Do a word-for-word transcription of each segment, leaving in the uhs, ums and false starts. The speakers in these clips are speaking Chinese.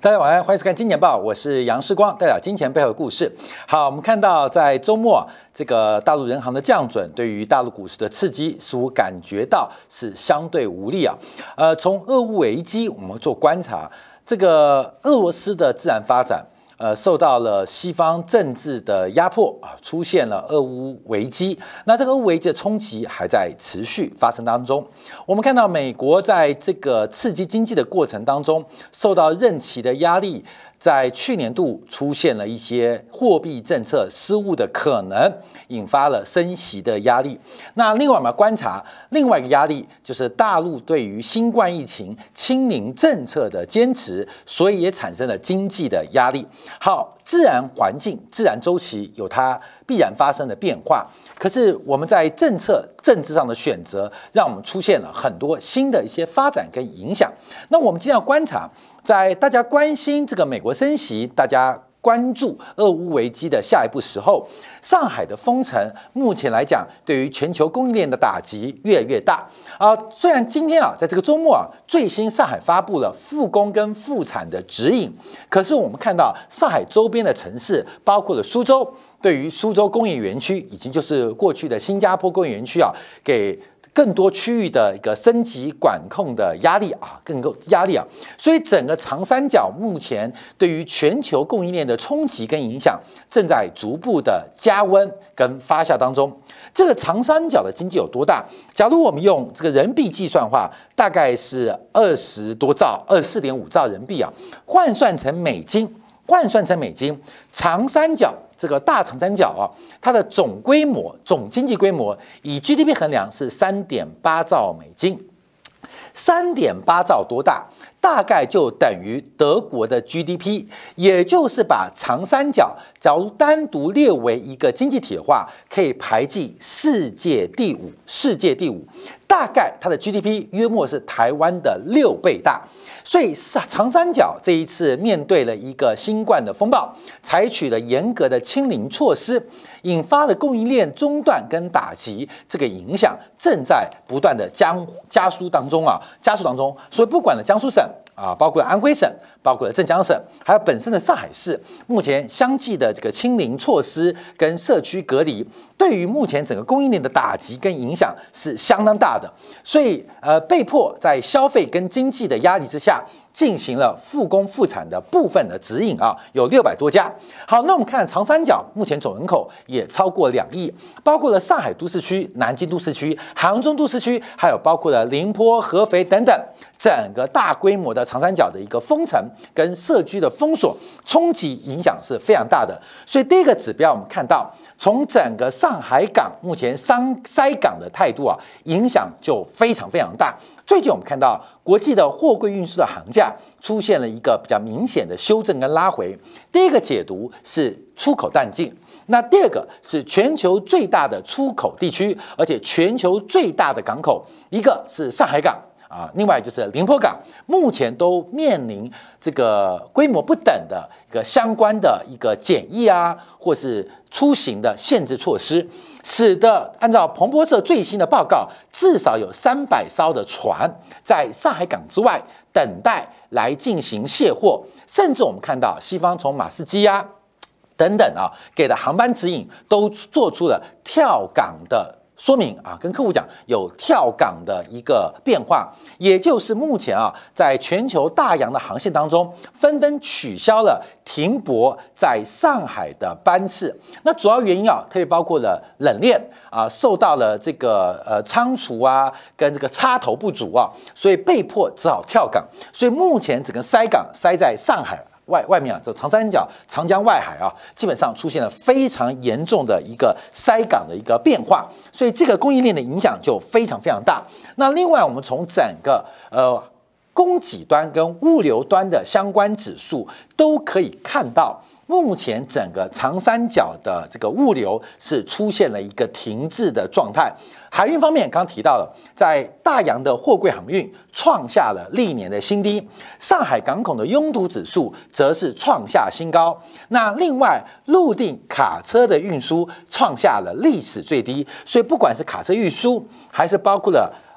大家晚安，欢迎收看《金钱报》，我是杨世光，带讲金钱背后的故事。好，我们看到在周末，这个大陆人行的降准对于大陆股市的刺激，似乎感觉到是相对无力啊。呃，从俄乌危机我们做观察，这个俄罗斯的自然发展。呃，受到了西方政治的压迫啊，出现了俄乌危机。那这个俄乌危机的冲击还在持续发生当中。我们看到美国在这个刺激经济的过程当中，受到任期的压力，在去年度出现了一些货币政策失误的可能，引发了升息的压力。那另外我们要观察另外一个压力，就是大陆对于新冠疫情清零政策的坚持，所以也产生了经济的压力。好，自然环境、自然周期有它必然发生的变化，可是我们在政策、政治上的选择，让我们出现了很多新的一些发展跟影响。那我们今天要观察，在大家关心这个美国升息，大家关注俄乌危机的下一步时候，上海的封城目前来讲，对于全球供应链的打击越来越大啊。虽然今天啊，在这个周末啊，最新上海发布了复工跟复产的指引，可是我们看到上海周边的城市，包括了苏州，对于苏州工业园区，以及就是过去的新加坡工业园区啊，给更多区域的一个升级管控的压力啊，更多压力啊，所以整个长三角目前对于全球供应链的冲击跟影响，正在逐步的加温跟发酵当中。这个长三角的经济有多大？假如我们用这个人民币计算的话，大概是二十多兆，二十四点五兆人民币啊，换算成美金。换算成美金，长三角这个大长三角啊，它的总规模、总经济规模以 G D P 衡量是三点八兆美金，三点八兆多大？大概就等于德国的 G D P， 也就是把长三角假如单独列为一个经济体的话，可以排进世界第五，世界第五，大概它的 G D P 约莫是台湾的六倍大。所以长三角这一次面对了一个新冠的风暴，采取了严格的清零措施，引发的供应链中断跟打击，这个影响正在不断的加加速当中啊，加速当中。所以不管了江苏省啊，包括安徽省，包括镇江省，还有本身的上海市，目前相继的这个清零措施跟社区隔离，对于目前整个供应链的打击跟影响是相当大的。所以呃，被迫在消费跟经济的压力之下，进行了复工复产的部分的指引啊，有六百多家。好，那我们看长三角目前总人口也超过两亿，包括了上海都市区、南京都市区、杭州都市区，还有包括了宁波、合肥等等，整个大规模的长三角的一个封城跟社区的封锁，冲击影响是非常大的。所以第一个指标我们看到，从整个上海港目前商塞港的态度啊，影响就非常非常大。最近我们看到国际的货柜运输的行价出现了一个比较明显的修正跟拉回。第一个解读是出口淡季，那第二个是全球最大的出口地区，而且全球最大的港口，一个是上海港啊，另外就是宁波港，目前都面临这个规模不等的一个相关的一个检疫啊，或是出行的限制措施，使得按照彭博社最新的报告，至少有三百艘的船在上海港之外等待来进行卸货，甚至我们看到西方从马士基啊等等啊给的航班指引都做出了跳港的说明啊，跟客户讲有跳港的一个变化，也就是目前啊，在全球大洋的航线当中，纷纷取消了停泊在上海的班次。那主要原因啊，特别包括了冷链啊，受到了这个呃仓储啊跟这个插头不足啊，所以被迫只好跳港。所以目前整个塞港塞在上海。外外面啊，这长三角、长江外海啊，基本上出现了非常严重的一个塞港的一个变化，所以这个供应链的影响就非常非常大。那另外，我们从整个呃供给端跟物流端的相关指数都可以看到。目前整个长三角的这个物流是出现了一个停滞的状态。海运方面，刚刚提到了，在大洋的货柜航运创下了历年的新低，上海港口的拥堵指数则是创下新高。那另外，陆地卡车的运输创下了历史最低，所以不管是卡车运输，还是包括了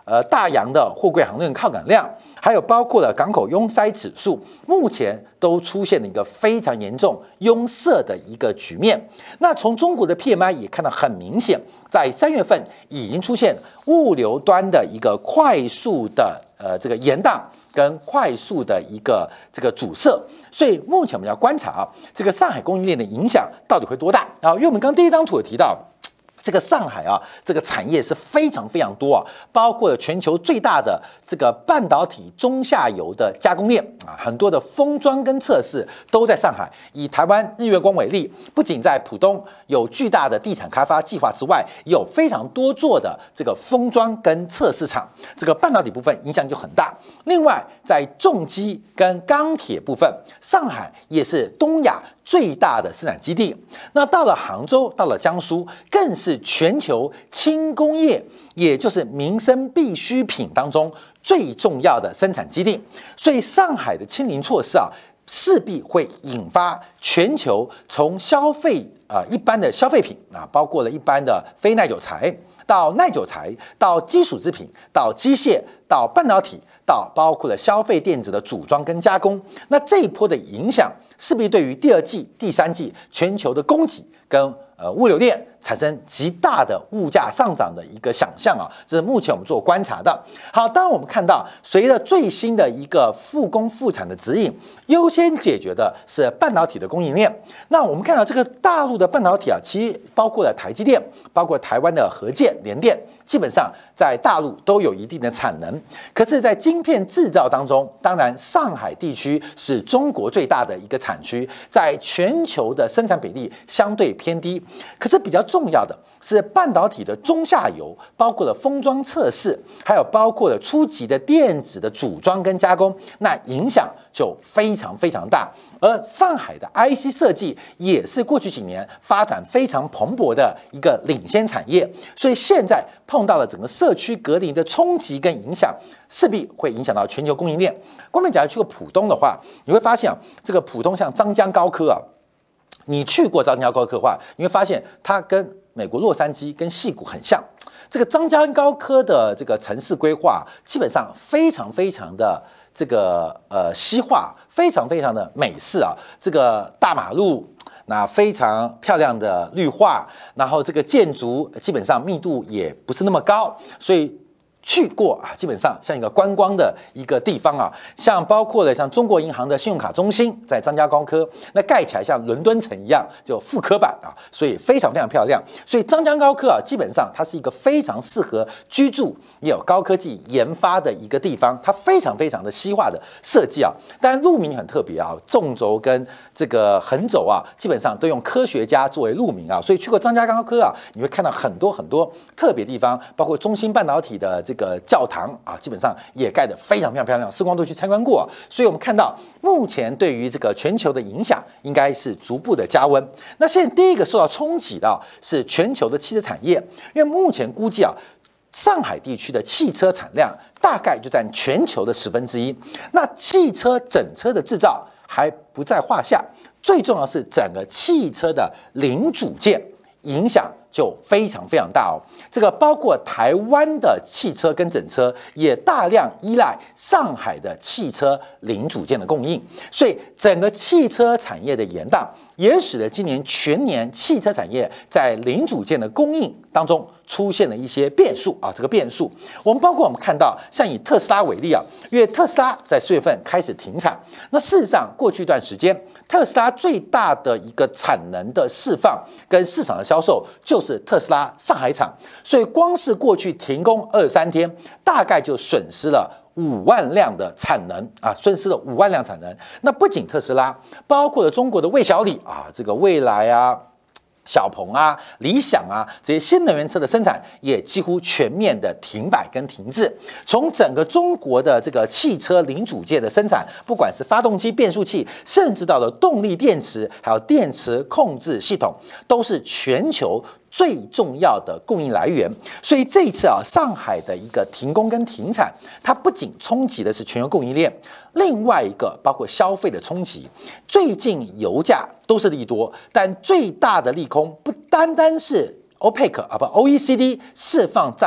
呃大洋的货柜航运靠港量，还有包括了港口拥塞指数，目前都出现了一个非常严重拥塞的一个局面。那从中国的 P M I 也看到很明显，在三月份已经出现物流端的一个快速的呃这个延宕跟快速的一个这个阻塞，所以目前我们要观察啊，这个上海供应链的影响到底会多大啊？因为我们刚第一张图有提到。这个上海啊，这个产业是非常非常多啊，包括了全球最大的这个半导体中下游的加工链啊，很多的封装跟测试都在上海。以台湾日月光为例，不仅在浦东有巨大的地产开发计划之外，也有非常多座的这个封装跟测试厂，这个半导体部分影响就很大。另外，在重机跟钢铁部分，上海也是东亚最大的生产基地。那到了杭州，到了江苏，更是全球轻工业，也就是民生必需品当中最重要的生产基地。所以上海的清零措施啊，势必会引发全球从消费啊、呃、一般的消费品啊，包括了一般的非耐久材到耐久材，到基础制品，到机械，到半导体，到包括了消费电子的组装跟加工。那这一波的影响，势必对于第二季、第三季全球的供给跟呃物流链产生极大的物价上涨的一个想象啊，这是目前我们做观察的。好，当然我们看到，随着最新的一个复工复产的指引，优先解决的是半导体的供应链。那我们看到这个大陆的半导体啊，其实包括了台积电，包括台湾的和建、联电，基本上在大陆都有一定的产能。可是，在晶片制造当中，当然上海地区是中国最大的一个产区，在全球的生产比例相对偏低。可是比较重要的是半导体的中下游，包括了封装测试，还有包括了初级的电子的组装跟加工，那影响就非常非常大。而上海的 I C 设计也是过去几年发展非常蓬勃的一个领先产业，所以现在碰到了整个社区隔离的冲击跟影响，势必会影响到全球供应链。光面假如去过浦东的话，你会发现啊，这个浦东像张江高科啊。你去过张江高科的话，你会发现它跟美国洛杉矶跟矽谷很像。这个张江高科的这个城市规划，基本上非常非常的这个呃西化，非常非常的美式啊。这个大马路，那非常漂亮的绿化，然后这个建筑基本上密度也不是那么高，所以。去过啊，基本上像一个观光的一个地方啊，像包括了像中国银行的信用卡中心在张家高科，那盖起来像伦敦城一样，就复刻版啊，所以非常非常漂亮。所以张江高科啊，基本上它是一个非常适合居住，也有高科技研发的一个地方，它非常非常的西化的设计啊。当然路名很特别啊，纵轴跟这个横轴啊，基本上都用科学家作为路名啊，所以去过张家高科啊，你会看到很多很多特别地方，包括中芯半导体的这个。这个教堂啊，基本上也盖得非常非常漂亮，时光都去参观过、啊，所以我们看到目前对于这个全球的影响应该是逐步的加温。那现在第一个受到冲击的是全球的汽车产业，因为目前估计啊，上海地区的汽车产量大概就占全球的十分之一。那汽车整车的制造还不在话下，最重要是整个汽车的零组件影响就非常非常大哦。这个包括台湾的汽车跟整车也大量依赖上海的汽车零组件的供应，所以整个汽车产业的延宕，也使得今年全年汽车产业在零组件的供应当中出现了一些变数啊。这个变数，我们包括我们看到，像以特斯拉为例啊，因为特斯拉在四月份开始停产，那事实上过去一段时间，特斯拉最大的一个产能的释放跟市场的销售就是特斯拉上海厂，所以光是过去停工二三天，大概就损失了五万辆的产能啊，损失了五万辆产能。那不仅特斯拉，包括了中国的魏小李啊，这个蔚来啊。小鹏啊、理想啊这些新能源车的生产也几乎全面的停摆跟停滞。从整个中国的这个汽车零组件的生产，不管是发动机、变速器，甚至到了动力电池，还有电池控制系统，都是全球最重要的供应来源。所以这一次啊，上海的一个停工跟停产，它不仅冲击的是全球供应链，另外一个包括消费的冲击。最近油价都是利多，但最大的利空不单单是 OPEC 啊不 O E C D 释放战备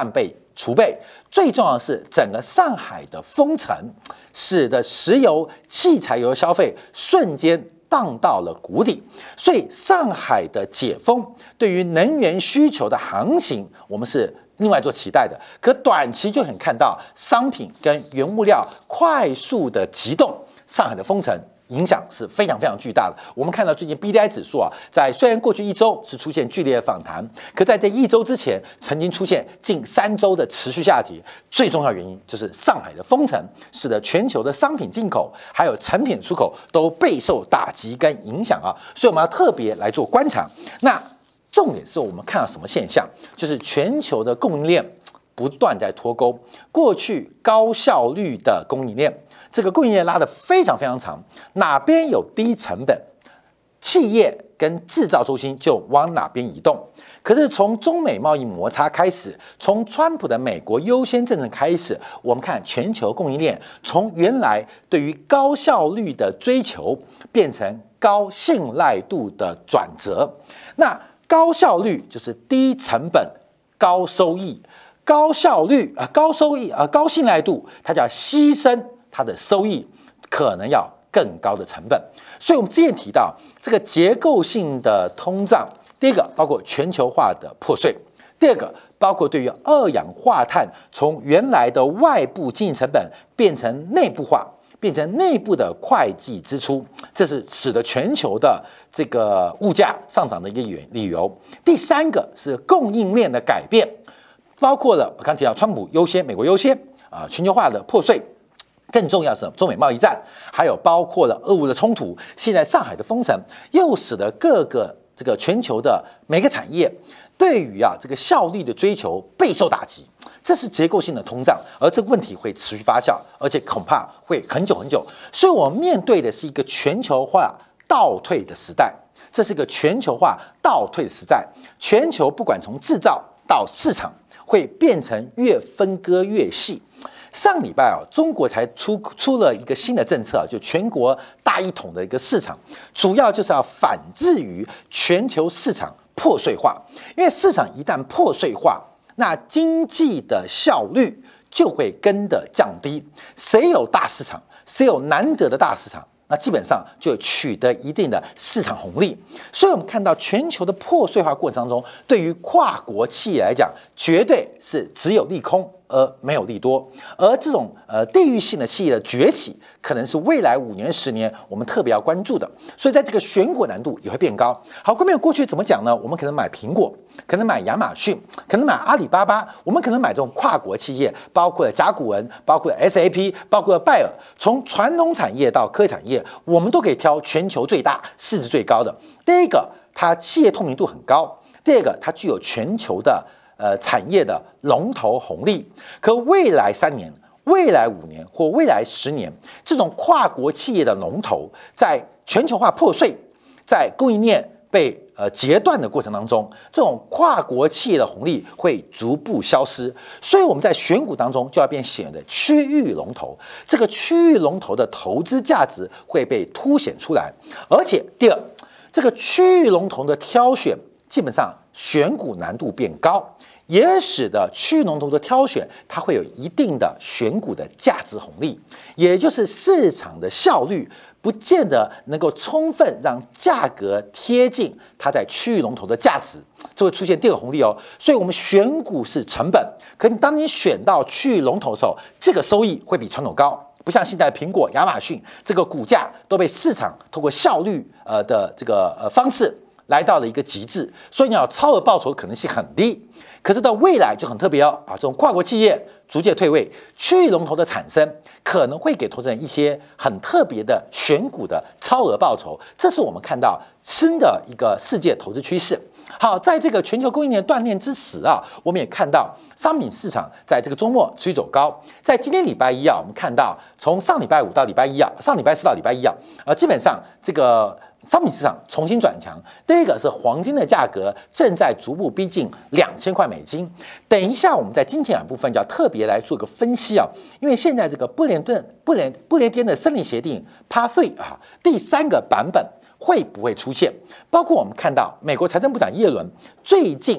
储备，最重要的是整个上海的封城，使得石油、汽柴油消费瞬间荡到了谷底。所以上海的解封对于能源需求的行情，我们是另外做期待的。可短期就很看到商品跟原物料快速的急动，上海的封城影响是非常非常巨大的。我们看到最近 B D I 指数啊，在虽然过去一周是出现剧烈的反弹，可在这一周之前，曾经出现近三周的持续下跌。最重要原因就是上海的封城，使得全球的商品进口还有成品出口都备受打击跟影响啊。所以我们要特别来做观察。那重点是我们看到什么现象？就是全球的供应链不断在脱钩，过去高效率的供应链。这个供应链拉得非常非常长，哪边有低成本，企业跟制造中心就往哪边移动。可是从中美贸易摩擦开始，从川普的美国优先政策开始，我们看全球供应链从原来对于高效率的追求，变成高信赖度的转折。那高效率就是低成本、高收益；高效率啊、呃，高收益啊、呃，高信赖度，它叫牺牲它的收益，可能要更高的成本。所以，我们之前提到这个结构性的通胀，第一个包括全球化的破碎，第二个包括对于二氧化碳从原来的外部经营成本变成内部化，变成内部的会计支出，这是使得全球的这个物价上涨的一个理由。第三个是供应链的改变，包括了我刚提到川普优先、美国优先啊，全球化的破碎。更重要是中美贸易战，还有包括了俄乌的冲突，现在上海的封城，又使得各个这个全球的每个产业对于啊这个效率的追求备受打击。这是结构性的通胀，而这个问题会持续发酵，而且恐怕会很久很久。所以我们面对的是一个全球化倒退的时代，这是一个全球化倒退的时代。全球不管从制造到市场，会变成越分割越细。上礼拜啊，中国才出出了一个新的政策，就全国大一统的一个市场，主要就是要反制于全球市场破碎化。因为市场一旦破碎化，那经济的效率就会跟着降低。谁有大市场，谁有难得的大市场，那基本上就取得一定的市场红利。所以我们看到全球的破碎化过程当中，对于跨国企业来讲，绝对是只有利空而没有利多。而这种呃地域性的企业的崛起，可能是未来五年、十年我们特别要关注的。所以在这个选股难度也会变高。好，各位过去怎么讲呢？我们可能买苹果，可能买亚马逊，可能买阿里巴巴，我们可能买这种跨国企业，包括了甲骨文，包括了 S A P， 包括了拜耳。从传统产业到科技产业，我们都可以挑全球最大、市值最高的。第一个，它企业透明度很高；第二个，它具有全球的呃产业的龙头红利。可未来三年、未来五年或未来十年，这种跨国企业的龙头在全球化破碎，在供应链被呃截断的过程当中，这种跨国企业的红利会逐步消失。所以我们在选股当中就要变显得区域龙头，这个区域龙头的投资价值会被凸显出来。而且第二，这个区域龙头的挑选基本上选股难度变高，也使得区域龙头的挑选它会有一定的选股的价值红利，也就是市场的效率不见得能够充分让价格贴近它在区域龙头的价值，这会出现第二个红利哦。所以我们选股是成本，可你当你选到区域龙头的时候，这个收益会比传统高。不像现在苹果、亚马逊这个股价都被市场通过效率呃的这个呃方式来到了一个极致，所以你要超额报酬的可能性很低。可是到未来就很特别哦啊，这种跨国企业逐渐退位，区域龙头的产生可能会给投资人一些很特别的选股的超额报酬，这是我们看到新的一个世界投资趋势。好，在这个全球供应链断裂之时啊，我们也看到商品市场在这个周末持续走高。在今天礼拜一啊，我们看到从上礼拜五到礼拜一啊，上礼拜四到礼拜一啊，呃，基本上这个商品市场重新转强。第一个是黄金的价格正在逐步逼近两千块美金。等一下我们在金钱眼部分就要特别来做个分析啊，因为现在这个布连顿布连布连颠的森林协定 Part 三啊，第三个版本会不会出现？包括我们看到美国财政部长耶伦最近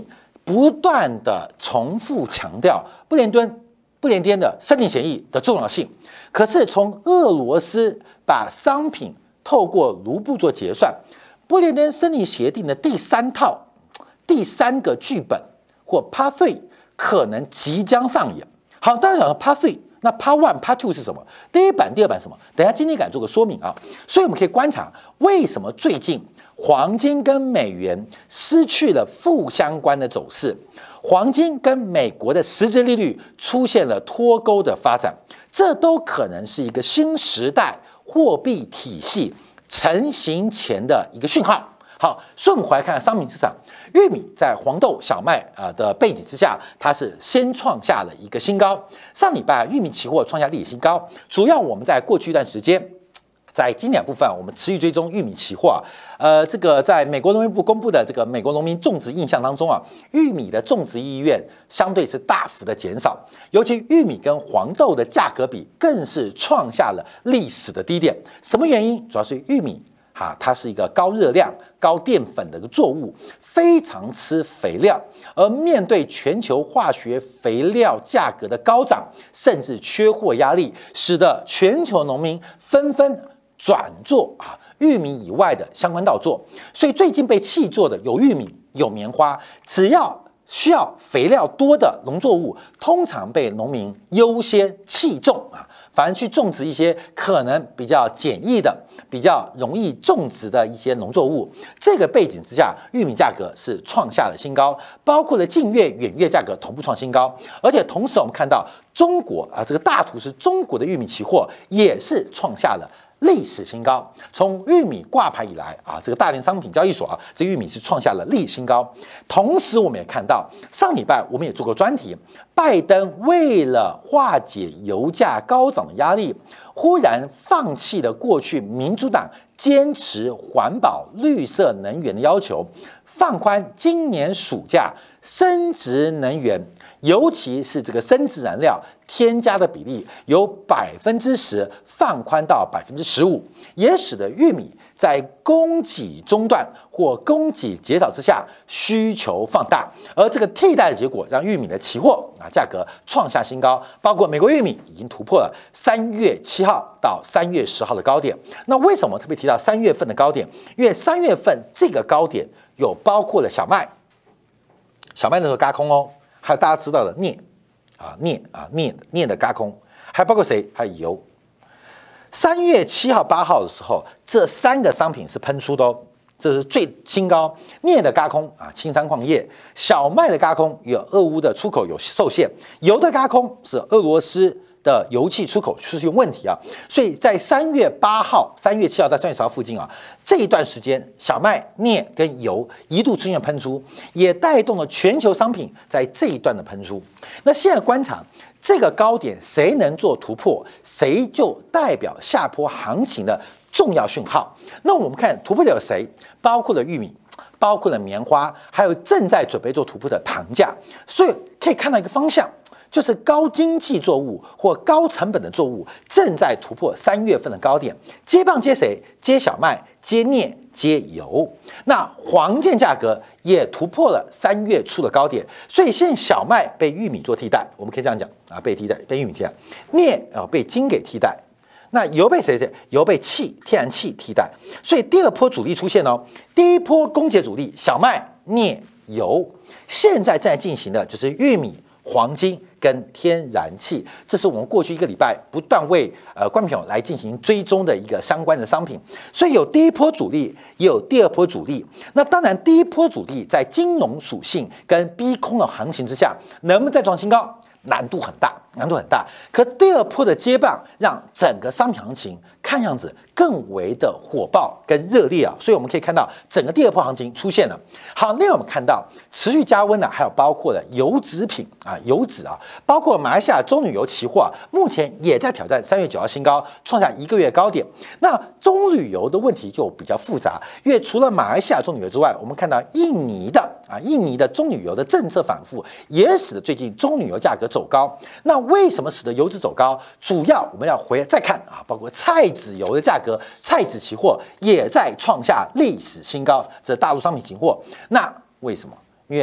不断的重复强调布联敦、布联颠的森林协议的重要性。可是从俄罗斯把商品透过卢布做结算，布联登森林协定的第三套、第三个剧本或 Part Three 可能即将上演。好，当然讲 Part Three， 那 Part One、Part Two 是什么？第一版、第二版什么？等一下今天敢做个说明啊。所以我们可以观察为什么最近黄金跟美元失去了负相关的走势，黄金跟美国的实质利率出现了脱钩的发展，这都可能是一个新时代货币体系成型前的一个讯号。好，所以我们回来看看商品市场，玉米在黄豆、小麦啊的背景之下，它是先创下了一个新高。上礼拜玉米期货创下历史新高，主要我们在过去一段时间，在今年部分，我们持续追踪玉米期货。呃，这个在美国农业部公布的这个美国农民种植印象当中啊，玉米的种植意愿相对是大幅的减少，尤其玉米跟黄豆的价格比更是创下了历史的低点。什么原因？主要是玉米。啊，它是一个高热量、高淀粉的一个作物，非常吃肥料。而面对全球化学肥料价格的高涨，甚至缺货压力，使得全球农民纷纷转做啊玉米以外的相关稻作。所以最近被弃作的有玉米、有棉花，只要需要肥料多的农作物，通常被农民优先弃种啊。反而去种植一些可能比较简易的、比较容易种植的一些农作物。这个背景之下，玉米价格是创下了新高，包括了近月、远月价格同步创新高。而且同时，我们看到中国啊，这个大图是中国的玉米期货也是创下了历史新高。从玉米挂牌以来啊，这个大连商品交易所啊，这玉米是创下了历史新高。同时，我们也看到上礼拜我们也做过专题，拜登为了化解油价高涨的压力，忽然放弃了过去民主党坚持环保绿色能源的要求，放宽今年暑假生质能源，尤其是这个生质燃料添加的比例由百分之十放宽到百分之十五，也使得玉米在供给中断或供给减少之下需求放大，而这个替代的结果让玉米的期货啊价格创下新高，包括美国玉米已经突破了三月七号到三月十号的高点。那为什么特别提到三月份的高点？因为三月份这个高点有包括了小麦，小麦那时候轧空哦，还有大家知道的镍啊镍啊镍镍的轧空，还包括谁？还有油。三月七号、八号的时候，这三个商品是喷出的哦，这是最新高。镍的轧空啊，青山矿业；小麦的轧空，有俄乌的出口有受限；油的轧空是俄罗斯的油气出口出现问题啊。所以在三月八号、三月七号到三月十号附近啊，这一段时间，小麦、镍跟油一度出现喷出，也带动了全球商品在这一段的喷出。那现在观察。这个高点谁能做突破，谁就代表下波行情的重要讯号。那我们看突破的有谁？包括了玉米，包括了棉花，还有正在准备做突破的糖价。所以可以看到一个方向，就是高经济作物或高成本的作物正在突破三月份的高点。接棒接谁？接小麦、接镍、接油。那黄金价格也突破了三月初的高点，所以现在小麦被玉米做替代，我们可以这样讲啊，被替代，被玉米替代，镍啊被金给替代，那油被谁？油被气、天然气替代，所以第二波主力出现哦。第一波攻击主力小麦、镍、油，现在正在进行的就是玉米、黄金跟天然气，这是我们过去一个礼拜不断为呃观众朋友来进行追踪的一个相关的商品，所以有第一波主力，也有第二波主力。那当然，第一波主力在金融属性跟逼空的行情之下，能不能再创新高？难度很大，难度很大。可第二波的接棒，让整个商品行情看样子更为的火爆跟热烈啊，所以我们可以看到整个第二波行情出现了。好，另外我们看到持续加温呢、啊，还有包括了油脂品啊，油脂啊，包括马来西亚中铝油期货、啊，目前也在挑战三月九号新高，创下一个月高点。那中铝油的问题就比较复杂，因为除了马来西亚中铝油之外，我们看到印尼的啊，印尼的中铝油的政策反复，也使得最近中铝油价格走高。那为什么使得油脂走高？主要我们要回来再看啊，包括菜籽油的价格，菜籽期货也在创下历史新高，这大陆商品期货。那为什么？因为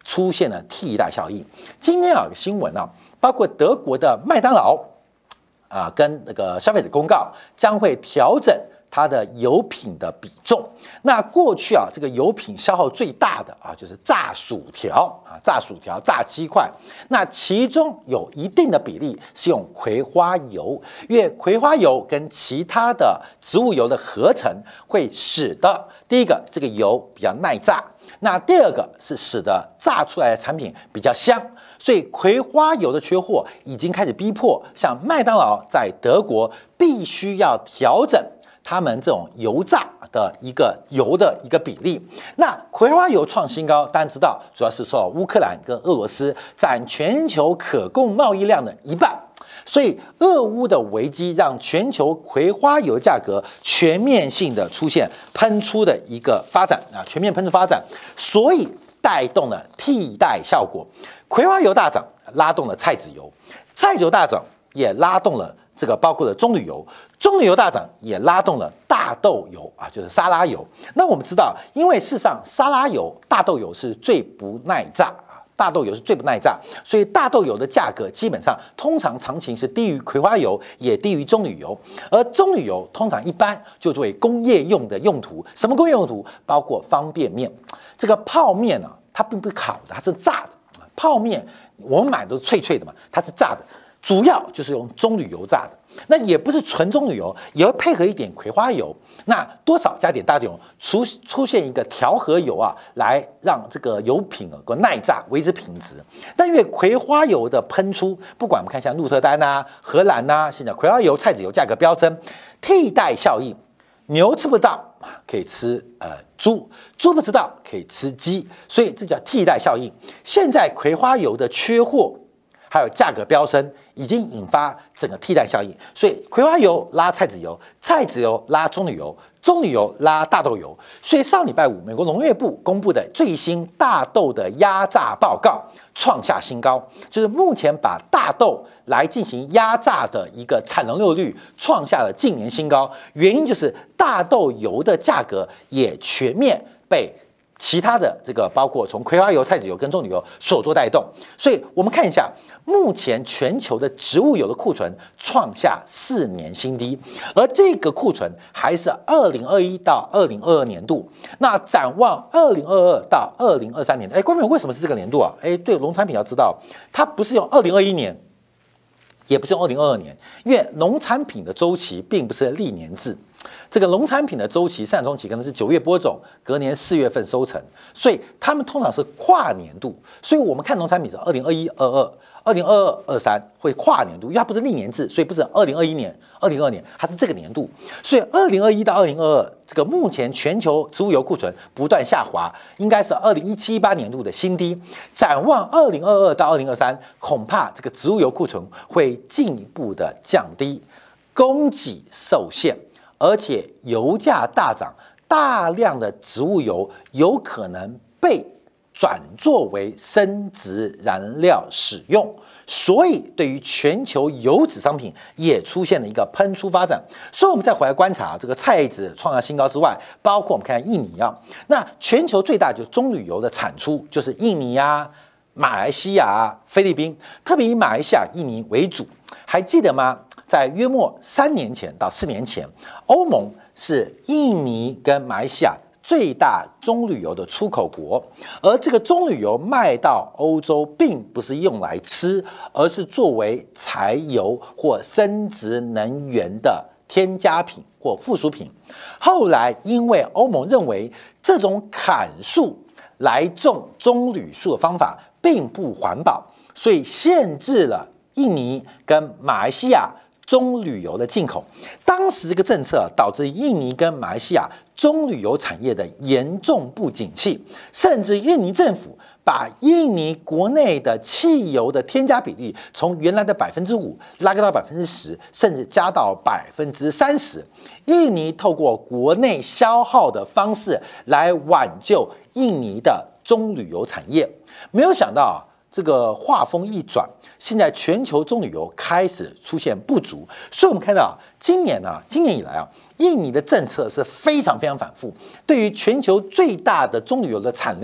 出现了替代效应。今天啊，有个新闻啊，包括德国的麦当劳啊，跟那个消费者公告将会调整它的油品的比重。那过去啊，这个油品消耗最大的啊，就是炸薯条啊，炸薯条、炸鸡块。那其中有一定的比例是用葵花油，因为葵花油跟其他的植物油的合成，会使得第一个这个油比较耐炸，那第二个是使得炸出来的产品比较香。所以葵花油的缺货已经开始逼迫像麦当劳在德国必须要调整他们这种油炸的一个油的一个比例。那葵花油创新高，大家知道主要是受到乌克兰跟俄罗斯占全球可供贸易量的一半，所以俄乌的危机让全球葵花油价格全面性的出现喷出的一个发展啊，全面喷出发展，所以带动了替代效果。葵花油大涨，拉动了菜籽油，菜籽油大涨也拉动了这个包括了棕榈油，棕榈油大涨也拉动了大豆油啊，就是沙拉油。那我们知道，因为事实上沙拉油、大豆油是最不耐炸啊，大豆油是最不耐炸，所以大豆油的价格基本上通常行情是低于葵花油，也低于棕榈油。而棕榈油通常一般就作为工业用的用途，什么工业用途？包括方便面。这个泡面呢、啊，它并不是烤的，它是炸的。泡面我们买的都是脆脆的嘛，它是炸的，主要就是用棕榈油炸的。那也不是纯棕榈油，也会配合一点葵花油，那多少加点大豆油，出出现一个调和油啊，来让这个油品能够耐炸，维持品质。但因为葵花油的喷出，不管我们看像鹿特丹啊、荷兰啊，现在葵花油、菜籽油价格飙升，替代效应。牛吃不到可以吃呃猪，猪不知道可以吃鸡，所以这叫替代效应。现在葵花油的缺货，还有价格飙升，已经引发整个替代效应。所以葵花油拉菜籽油，菜籽油拉棕榈油，棕榈油拉大豆油。所以上礼拜五，美国农业部公布的最新大豆的压榨报告创下新高，就是目前把大豆来进行压榨的一个产能利率创下了近年新高，原因就是大豆油的价格也全面被其他的这个包括从葵花油、菜籽油跟棕榈油所做带动。所以我们看一下，目前全球的植物油的库存创下四年新低，而这个库存还是二零二一到二零二二年度。那展望二零二二到二零二三年，哎，观众为什么是这个年度啊？哎，对，农产品要知道，它不是用二零二一年。也不是用二零二二年，因为农产品的周期并不是历年制，这个农产品的周期、生产周期可能是九月播种，隔年四月份收成，所以他们通常是跨年度。所以我们看农产品是二零二一、二二、二零二二、二三会跨年度，因为它不是历年制，所以不是二零二一年、二零二二年，它是这个年度。所以二零二一到二零二二，这个目前全球植物油库存不断下滑，应该是二零一七、一八年度的新低。展望二零二二到二零二三，恐怕这个植物油库存会进一步的降低，供给受限，而且油价大涨，大量的植物油有可能被转作为生殖燃料使用，所以对于全球油脂商品也出现了一个喷出发展。所以我们再回来观察这个菜籽创下新高之外，包括我们看印尼啊，那全球最大就是棕榈油的产出就是印尼啊、马来西亚啊、菲律宾，特别以马来西亚、印尼为主。还记得吗？在约莫三年前到四年前，欧盟是印尼跟马来西亚最大棕榈油的出口国，而这个棕榈油卖到欧洲，并不是用来吃，而是作为柴油或生殖能源的添加品或附属品。后来因为欧盟认为这种砍树来种棕榈树的方法并不环保，所以限制了印尼跟马来西亚棕榈油的进口。当时这个政策导致印尼跟马来西亚棕榈油产业的严重不景气，甚至印尼政府把印尼国内的汽油的添加比例从原来的百分之五拉高到百分之十，甚至加到百分之三十。印尼透过国内消耗的方式来挽救印尼的棕榈油产业，没有想到啊，这个话锋一转，现在全球棕榈油开始出现不足，所以我们看到啊，今年啊，今年以来啊，印尼的政策是非常非常反复，对于全球最大的棕榈油的产量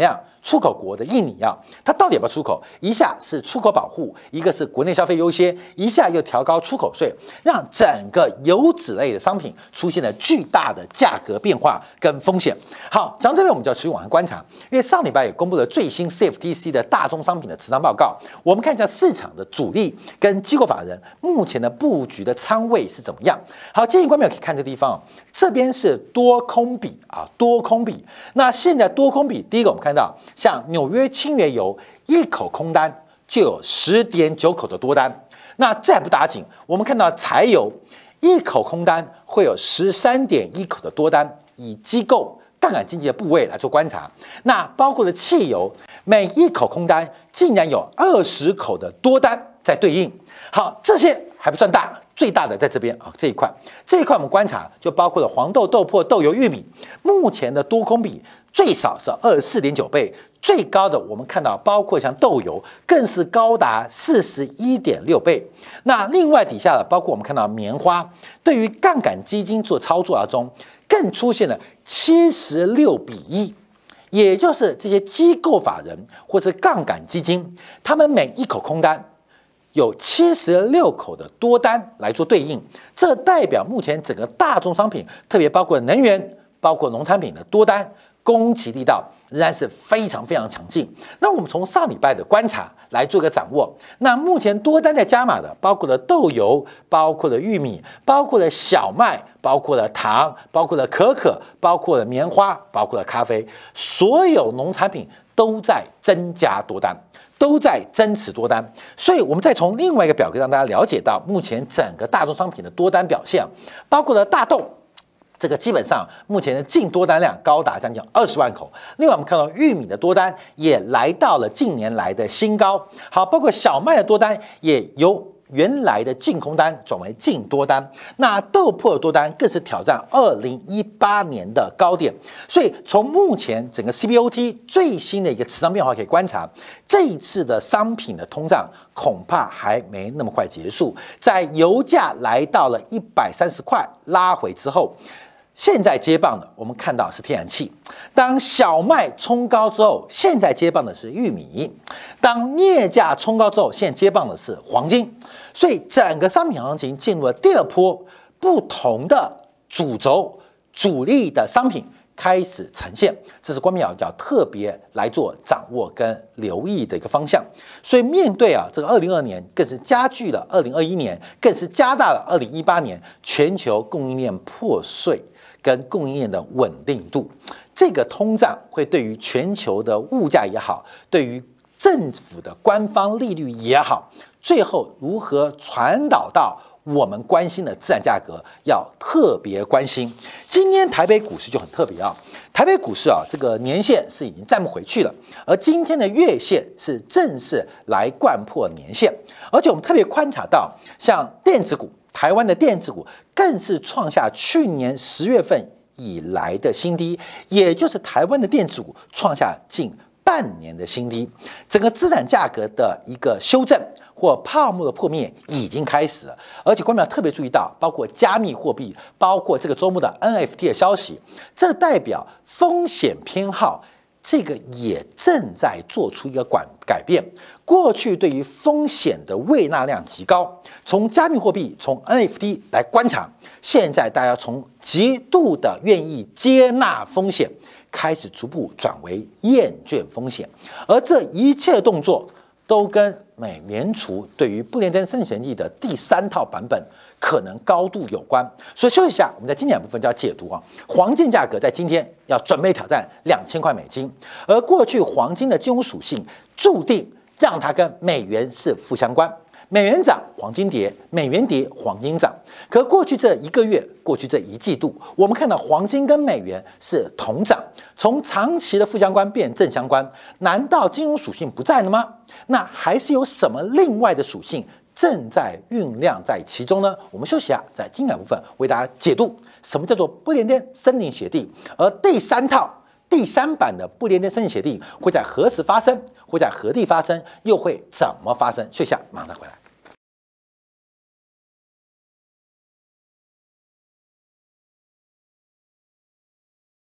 出口国的印尼啊，它到底要不要出口？一下是出口保护，一个是国内消费优先，一下又调高出口税，让整个油脂类的商品出现了巨大的价格变化跟风险。好，讲到这边我们就要持续往下观察，因为上礼拜也公布了最新 C F T C 的大宗商品的持仓报告，我们看一下市场的主力跟机构法人目前的布局的仓位是怎么样。好，建议观众可以看这个地方，这边是多空比啊，多空比。那现在多空比，第一个我们看到，像纽约轻原油一口空单就有 十点九 口的多单，那再不打紧，我们看到柴油一口空单会有 十三点一 口的多单，以机构杠杆经济的部位来做观察。那包括了汽油，每一口空单竟然有二十口的多单在对应。好，这些还不算大，最大的在这边啊，这一块，这一块我们观察就包括了黄豆、豆粕、豆油、玉米，目前的多空比最少是二十四点九倍，最高的我们看到包括像豆油更是高达四十一点六倍。那另外底下的包括我们看到棉花，对于杠杆基金做操作当中，更出现了七十六比一。也就是这些机构法人或是杠杆基金，他们每一口空单有七十六口的多单来做对应，这代表目前整个大宗商品，特别包括能源、包括农产品的多单攻击力道仍然是非常非常强劲。那我们从上礼拜的观察来做一个掌握，那目前多单在加码的，包括了豆油，包括了玉米，包括了小麦，包括了糖，包括了可可，包括了棉花，包括了咖啡，所有农产品都在增加多单，都在增持多单。所以我们再从另外一个表格让大家了解到目前整个大宗商品的多单表现，包括了大豆，这个基本上目前的净多单量高达将近二十万口。另外我们看到玉米的多单也来到了近年来的新高。好，包括小麦的多单也由原来的净空单转为净多单，那豆粕的多单更是挑战二零一八年的高点。所以从目前整个 C B O T 最新的一个持仓变化可以观察，这一次的商品的通胀恐怕还没那么快结束。在油价来到了一百三十块拉回之后，现在接棒的我们看到是天然气。当小麦冲高之后，现在接棒的是玉米。当镍价冲高之后，现在接棒的是黄金。所以整个商品行情进入了第二波，不同的主轴主力的商品开始呈现，这是观众要特别来做掌握跟留意的一个方向。所以面对啊这个二零二二年，更是加剧了二零二一年，更是加大了二零一八年全球供应链破碎跟供应链的稳定度。这个通胀会对于全球的物价也好，对于政府的官方利率也好，最后如何传导到我们关心的资产价格，要特别关心。今天台北股市就很特别啊，台北股市啊，这个年线是已经站不回去了，而今天的月线是正式来贯破年线，而且我们特别观察到，像电子股，台湾的电子股更是创下去年十月份以来的新低，也就是台湾的电子股创下近半年的新低，整个资产价格的一个修正或泡沫的破灭已经开始了。而且观众要特别注意到，包括加密货币，包括这个周末的 N F T 的消息，这代表风险偏好这个也正在做出一个改改变。过去对于风险的胃纳量极高，从加密货币、从 N F T 来观察，现在大家从极度的愿意接纳风险，开始逐步转为厌倦风险，而这一切动作都跟美联储对于布雷登升息前的第三套版本可能高度有关。所以休息一下，我们在经典部分就要解读啊，黄金价格在今天要准备挑战两千块美金，而过去黄金的金融属性注定让它跟美元是负相关。美元涨，黄金跌；美元跌，黄金涨。可过去这一个月，过去这一季度，我们看到黄金跟美元是同涨，从长期的负相关变正相关。难道金融属性不在了吗？那还是有什么另外的属性正在酝酿在其中呢？我们休息一下，在精彩部分为大家解读什么叫做不列颠森林协定，而第三套。第三版的不列颠森林协定会在何时发生？会在何地发生？又会怎么发生？休息一下，马上回来。